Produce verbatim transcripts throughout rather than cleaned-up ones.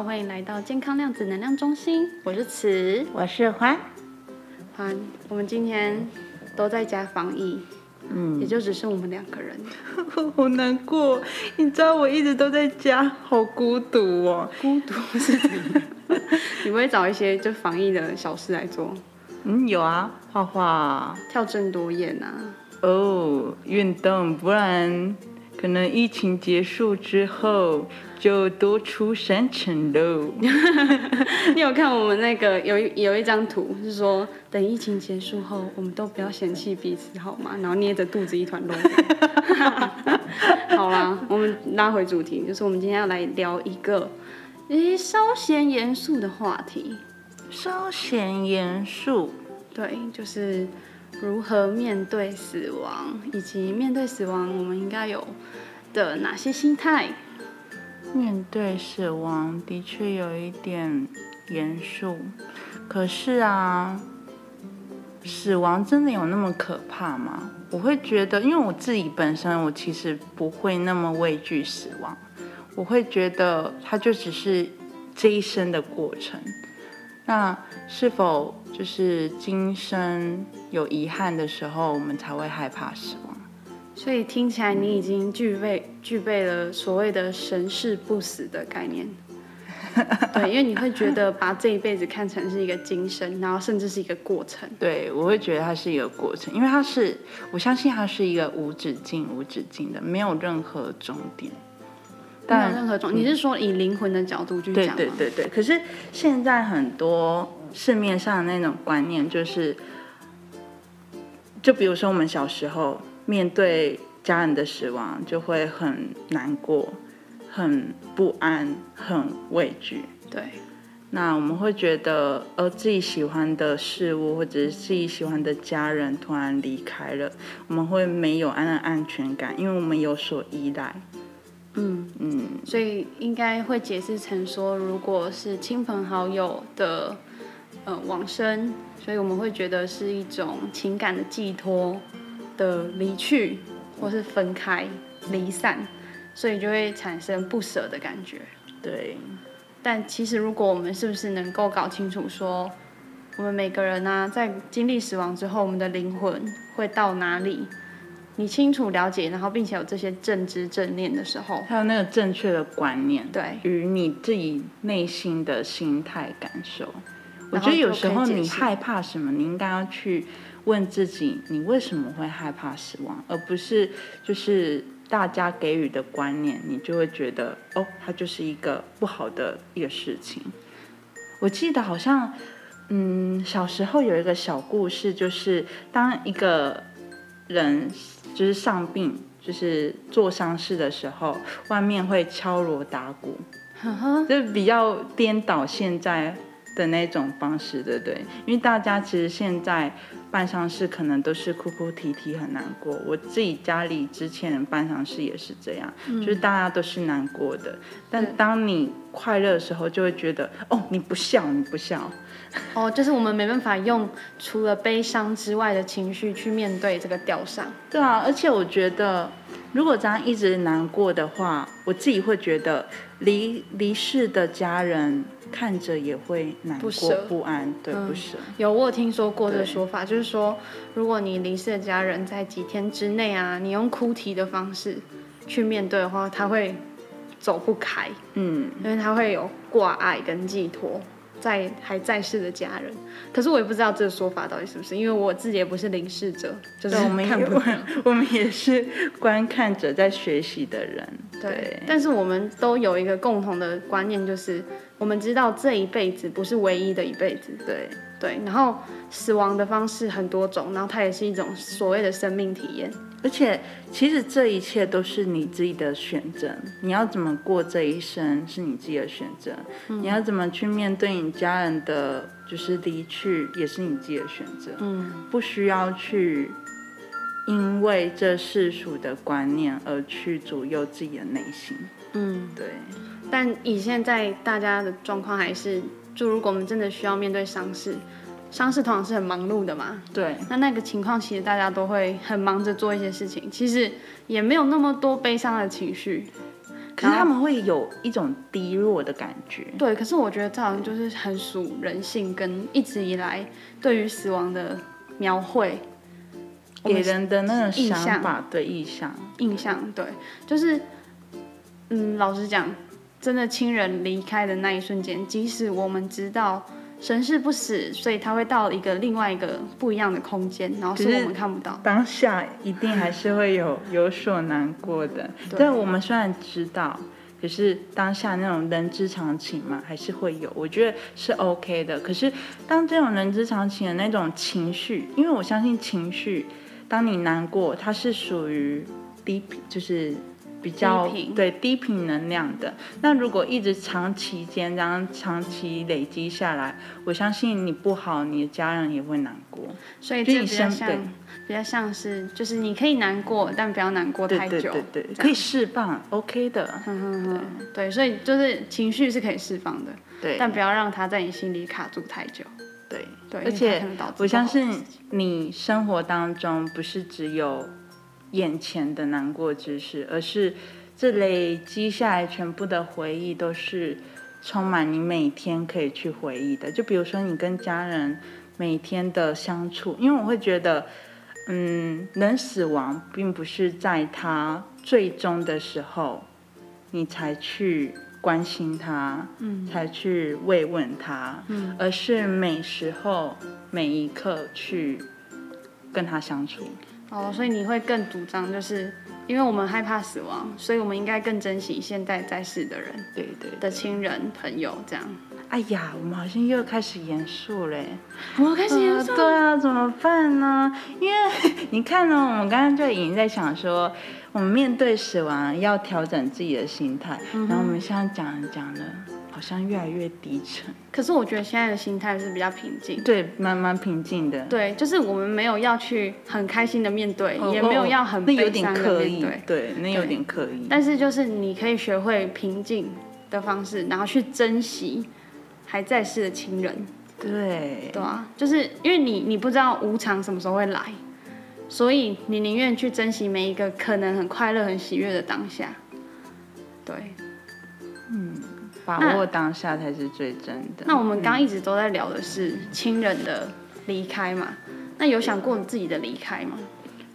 好，欢迎来到健康量子能量中心，我是慈， 我是欢。 欢，我们今天都在家防疫，嗯，也就只剩我们两个人。 好难过，你知道我一直都在家，好孤独哦。 孤独是怎样？你不会找一些就防疫的小事来做？ 嗯，有啊，画画、 跳郑多燕啊。 哦，运动，不然可能疫情结束之后就多出三层喽。 你有看我们那个有一有一张图是说，等疫情结束后，我们都不要嫌弃彼此好吗？然后捏着肚子一团肉。好啦，我们拉回主题，就是我们今天要来聊一个诶稍显严肃的话题。 稍显严肃， 对，就是如何面对死亡，以及面对死亡我们应该有的哪些心态。 面对死亡的确有一点严肃，可是啊，死亡真的有那么可怕吗？我会觉得，因为我自己本身我其实不会那么畏惧死亡，我会觉得它就只是这一生的过程。那是否就是今生有遗憾的时候，我们才会害怕死亡？ 所以听起来你已经具备具备了所谓的神世不死的概念。对，因为你会觉得把这一辈子看成是一个今生，然后甚至是一个过程。 对，我会觉得它是一个过程，因为它是，我相信它是一个无止境、无止境的，没有任何终点。 没有任何终、嗯，你是说以灵魂的角度去讲吗？ 对对对对。可是现在很多市面上的那种观念，就是就比如说我们小时候面对家人的死亡，就会很难过、很不安、很畏惧。 对。 那我们会觉得，呃，自己喜欢的事物或者是自己喜欢的家人突然离开了，我们会没有安安全感，因为我们有所依赖。 嗯嗯，所以应该会解释成说，如果是亲朋好友的呃往生，所以我们会觉得是一种情感的寄托的离去，或是分开、离散，所以就会产生不舍的感觉。 对。 但其实，如果我们是不是能够搞清楚说，我们每个人啊，在经历死亡之后，我们的灵魂会到哪里？你清楚了解，然后并且有这些正知正念的时候， 还有那个正确的观念， 对， 与你自己内心的心态感受。我觉得有时候你害怕什么，你应该要去问自己，你为什么会害怕死亡，而不是就是大家给予的观念，你就会觉得哦，它就是一个不好的一个事情。我记得好像，嗯，小时候有一个小故事，就是当一个人就是上病，就是做丧事的时候，外面会敲锣打鼓，就比较颠倒现在的那种方式，对不对？因为大家其实现在办丧事可能都是哭哭啼啼很难过，我自己家里之前办丧事也是这样、嗯、就是大家都是难过的，但当你快乐的时候就会觉得哦，你不笑你不笑哦，就是我们没办法用除了悲伤之外的情绪去面对这个吊丧。 对啊，而且我觉得如果这样一直难过的话，我自己会觉得离离世的家人看着也会难过不安，对、嗯、不舍。 有，我有听说过这个说法，就是说如果你离世的家人在几天之内啊，你用哭啼的方式去面对的话，他会走不开，嗯，因为他会有挂碍跟寄托在还在世的家人。可是我也不知道这个说法到底是不是，因为我自己也不是临逝者，就是看不到。 我们也是观看者，在学习的人。 对, 对，但是我们都有一个共同的观念，就是我们知道这一辈子不是唯一的一辈子。 对对，然后死亡的方式很多种，然后它也是一种所谓的生命体验。 而且其实这一切都是你自己的选择，你要怎么过这一生是你自己的选择、嗯、你要怎么去面对你家人的就是离去也是你自己的选择、嗯、不需要去因为这世俗的观念而去左右自己的内心。嗯，对。 但以现在大家的状况还是，就如果我们真的需要面对丧事，丧事通常是很忙碌的嘛， 对， 那那个情况其实大家都会很忙着做一些事情，其实也没有那么多悲伤的情绪， 可是他们会有一种低落的感觉。 对，可是我觉得这好像就是很属人性，跟一直以来对于死亡的描绘给人的那种想法，对印象， 印象对，就是嗯，老实讲，真的亲人离开的那一瞬间，即使我们知道神是不死，所以他会到一个另外一个不一样的空间，然后是我们看不到。 当下一定还是会有有所难过的，但我们虽然知道，可是当下那种人之常情嘛，还是会有，我觉得是 OK 的。可是当这种人之常情的那种情绪，因为我相信情绪，当你难过，它是属于低，就是比较低频对低频能量的。那如果一直长期间这样长期累积下来，我相信你不好，你的家人也会难过。 所以这比较像比较像是，就是你可以难过，但不要难过太久。 对对对对，可以释放 ，OK 的。嗯对对，所以就是情绪是可以释放的， 对， 但不要让它在你心里卡住太久。 对对， 而且我相信你生活当中不是只有眼前的难过之事，而是这累积下来全部的回忆都是充满你每天可以去回忆的。就比如说你跟家人每天的相处，因为我会觉得嗯，人死亡并不是在他最终的时候你才去关心他、嗯、才去慰问他、嗯、而是每时候每一刻去跟他相处。 哦，所以你会更主张，就是因为我们害怕死亡，所以我们应该更珍惜现在在世的人， 对 对, 对的亲人朋友这样。 哎呀，我们好像又开始严肃嘞！ 我们开始严肃、 呃，对啊，怎么办呢？因为你看呢，我们刚刚就已经在想说，我们面对死亡要调整自己的心态，嗯、然后我们现在讲讲的，好像越来越低沉。 可是我觉得现在的心态是比较平静， 对，蛮蛮平静的。 对，就是我们没有要去很开心的面对，哦、也没有要很悲伤的面对， 对，那有点刻意。 但是就是你可以学会平静的方式，然后去珍惜还在世的亲人。 对， 对啊，就是因为你你不知道无常什么时候会来，所以你宁愿去珍惜每一个可能很快乐、很喜悦的当下。对， 嗯，把握当下才是最真的。 那我们刚刚一直都在聊的是亲人的离开嘛？那有想过你自己的离开吗？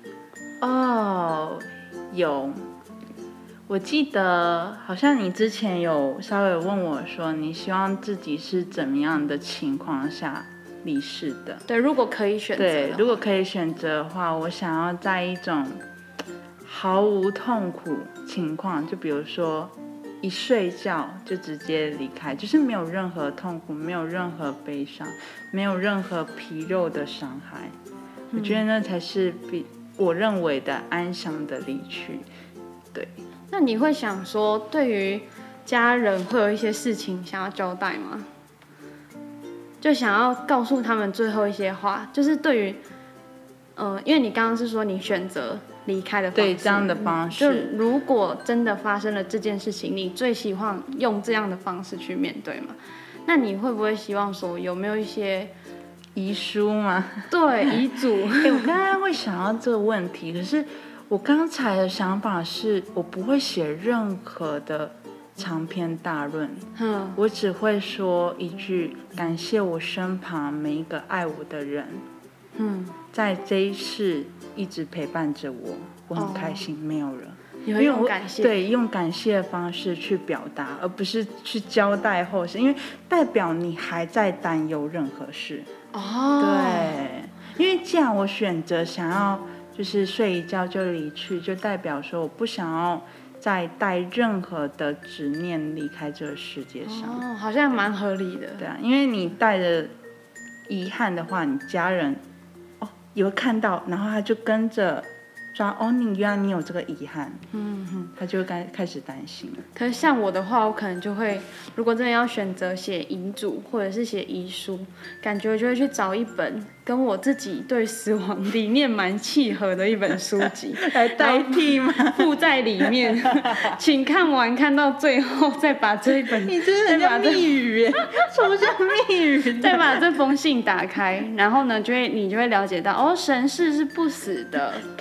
哦，有。我记得好像你之前有稍微问我说，你希望自己是怎么样的情况下离世的？ 对，如果可以选择， 对，如果可以选择的话，我想要在一种毫无痛苦情况，就比如说一睡觉就直接离开，就是没有任何痛苦，没有任何悲伤，没有任何皮肉的伤害。我觉得那才是比我认为的安详的离去。对。 那你会想说，对于家人会有一些事情想要交代吗？就想要告诉他们最后一些话，就是对于，呃，因为你刚刚是说你选择离开的方式， 对这样的方式， 就如果真的发生了这件事情，你最希望用这样的方式去面对吗？那你会不会希望说，有没有一些遗书吗？ 对，遗嘱。 欸、我刚刚会想到这个问题，可是我刚才的想法是我不会写任何的长篇大论，嗯，我只会说一句感谢我身旁每一个爱我的人，嗯，在这一世一直陪伴着我，我很开心，哦、没有了。 有用感谢， 对，用感谢的方式去表达，而不是去交代后事，因为代表你还在担忧任何事。哦，对，因为既然我选择想要就是睡一觉就离去，就代表说我不想要再带任何的执念离开这个世界上。 哦，好像蛮合理的。 对啊，因为你带着遗憾的话，你家人哦也会看到，然后他就跟着说哦，你原来你有这个遗憾，嗯哼，他就会开开始担心。 可是像我的话，我可能就会，如果真的要选择写遗嘱或者是写遗书，感觉我就会去找一本跟我自己对死亡理念蛮契合的一本书籍来代替吗？ 附在里面，请看完看到最后再把这一本， 你真的很像密语耶，什么叫密语？ 再把这封信打开，然后呢，就会你就会了解到，哦，神是是不死的， 通关。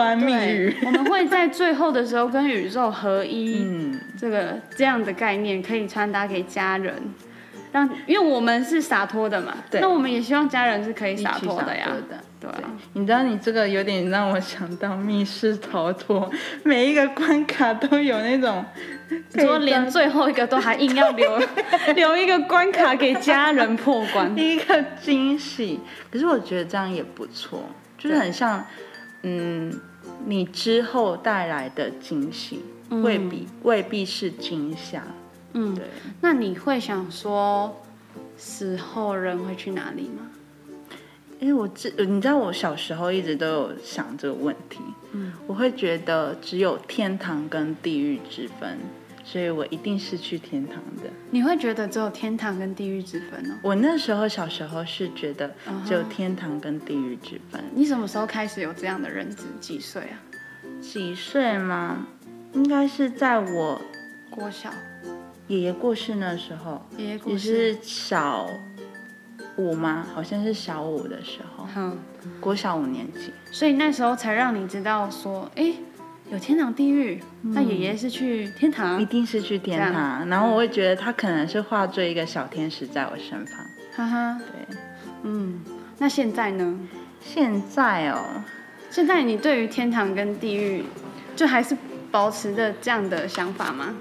关密语。 我们会在最后的时候跟宇宙合一，嗯，这个这样的概念可以传达给家人，让因为我们是洒脱的嘛，那我们也希望家人是可以洒脱的呀。对啊， 你知道你这个有点让我想到密室逃脱，每一个关卡都有那种， 你说连最后一个都还硬要留留一个关卡给家人破关， 一个惊喜。可是我觉得这样也不错，就是很像，嗯，你之后带来的惊喜，嗯、未必未必是惊吓。 嗯，对。那你会想说，死后人会去哪里吗？ 因为我知，你知道我小时候一直都有想这个问题，嗯，我会觉得只有天堂跟地狱之分，所以我一定是去天堂的。 你会觉得只有天堂跟地狱之分哦？ 我那时候小时候是觉得只有天堂跟地狱之分。Uh-huh. 你什么时候开始有这样的认知？几岁啊？ 几岁吗？应该是在我国小爷爷过世那时候， 爷爷过世也是小五吗？好像是小五的时候，嗯，国小五年级， 所以那时候才让你知道说，哎，有天堂地狱，嗯、那爷爷是去天堂， 一定是去天堂。然后我会觉得他可能是化作一个小天使在我身旁， 哈哈， 对， 嗯，那现在呢？ 现在哦， 现在你对于天堂跟地狱，就还是保持着这样的想法吗？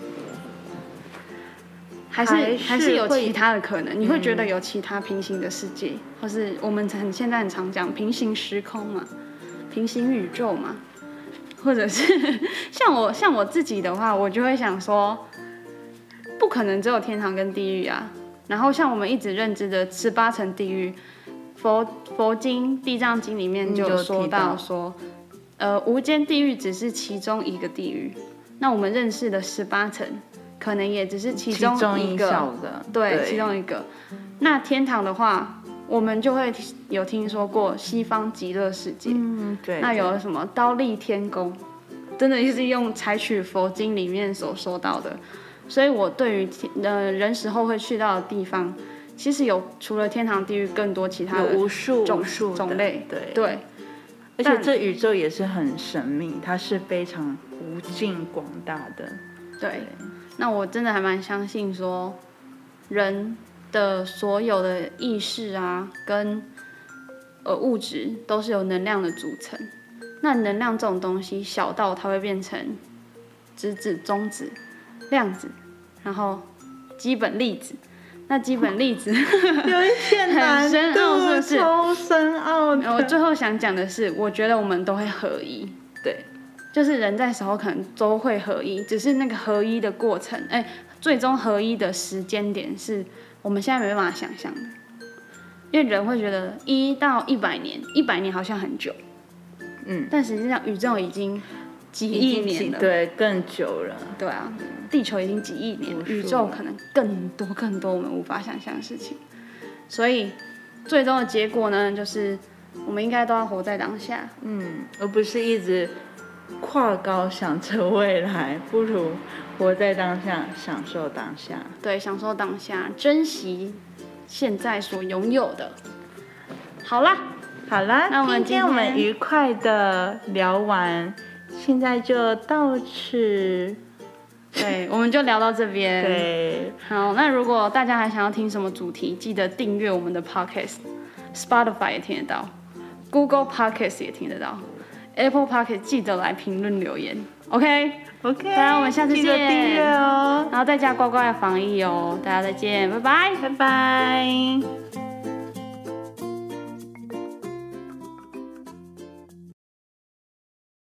还是还是有其他的可能？你会觉得有其他平行的世界，嗯、或是我们很现在很常讲平行时空嘛，平行宇宙嘛，或者是像我像我自己的话，我就会想说，不可能只有天堂跟地狱啊。然后像我们一直认知的十八层地狱，佛佛经《地藏经》里面就有说到说，呃，无间地狱只是其中一个地狱。那我们认识的十八层。可能也只是其中一个， 的对，对，其中一个。那天堂的话，我们就会有听说过西方极乐世界， 嗯，对。 那有什么忉利天宫，真的就是用采取佛经里面所说到的。所以我对于呃人死后会去到的地方，其实有除了天堂、地狱，更多其他的有无数种无数种类， 对对。 而且这宇宙也是很神秘，它是非常无尽广大的， 对。对，那我真的还蛮相信说，人的所有的意识啊，跟呃物质都是由能量的组成。那能量这种东西，小到它会变成质子、中子、量子，然后基本粒子。那基本粒子有一点难度， 很深奥，是不是？ 超深奥的。 我最后想讲的是，我觉得我们都会合一。 对。 就是人在死后可能都会合一，只是那个合一的过程，哎、欸，最终合一的时间点是我们现在没办法想象的，因为人会觉得一到一百年，一百年好像很久，嗯，但实际上宇宙已经几亿年了， 对，更久了， 对啊，地球已经几亿年，宇宙可能更多更多我们无法想象的事情，所以最终的结果呢，就是我们应该都要活在当下， 嗯，而不是一直跨高想着未来，不如活在当下，享受当下。 对，享受当下，珍惜现在所拥有的。好啦， 好啦， 那我们今天我们愉快的聊完，现在就到此。 对，我们就聊到这边。 对， 好，那如果大家还想要听什么主题，记得订阅我们的 Podcast，Spotify 也听得到 ，Google Podcast 也听得到。Apple Podcast 记得来评论留言 ，OK OK， 大家我们下次见， 记得订阅哦， 然后在家乖乖的防疫哦，大家再见，拜拜， 拜拜。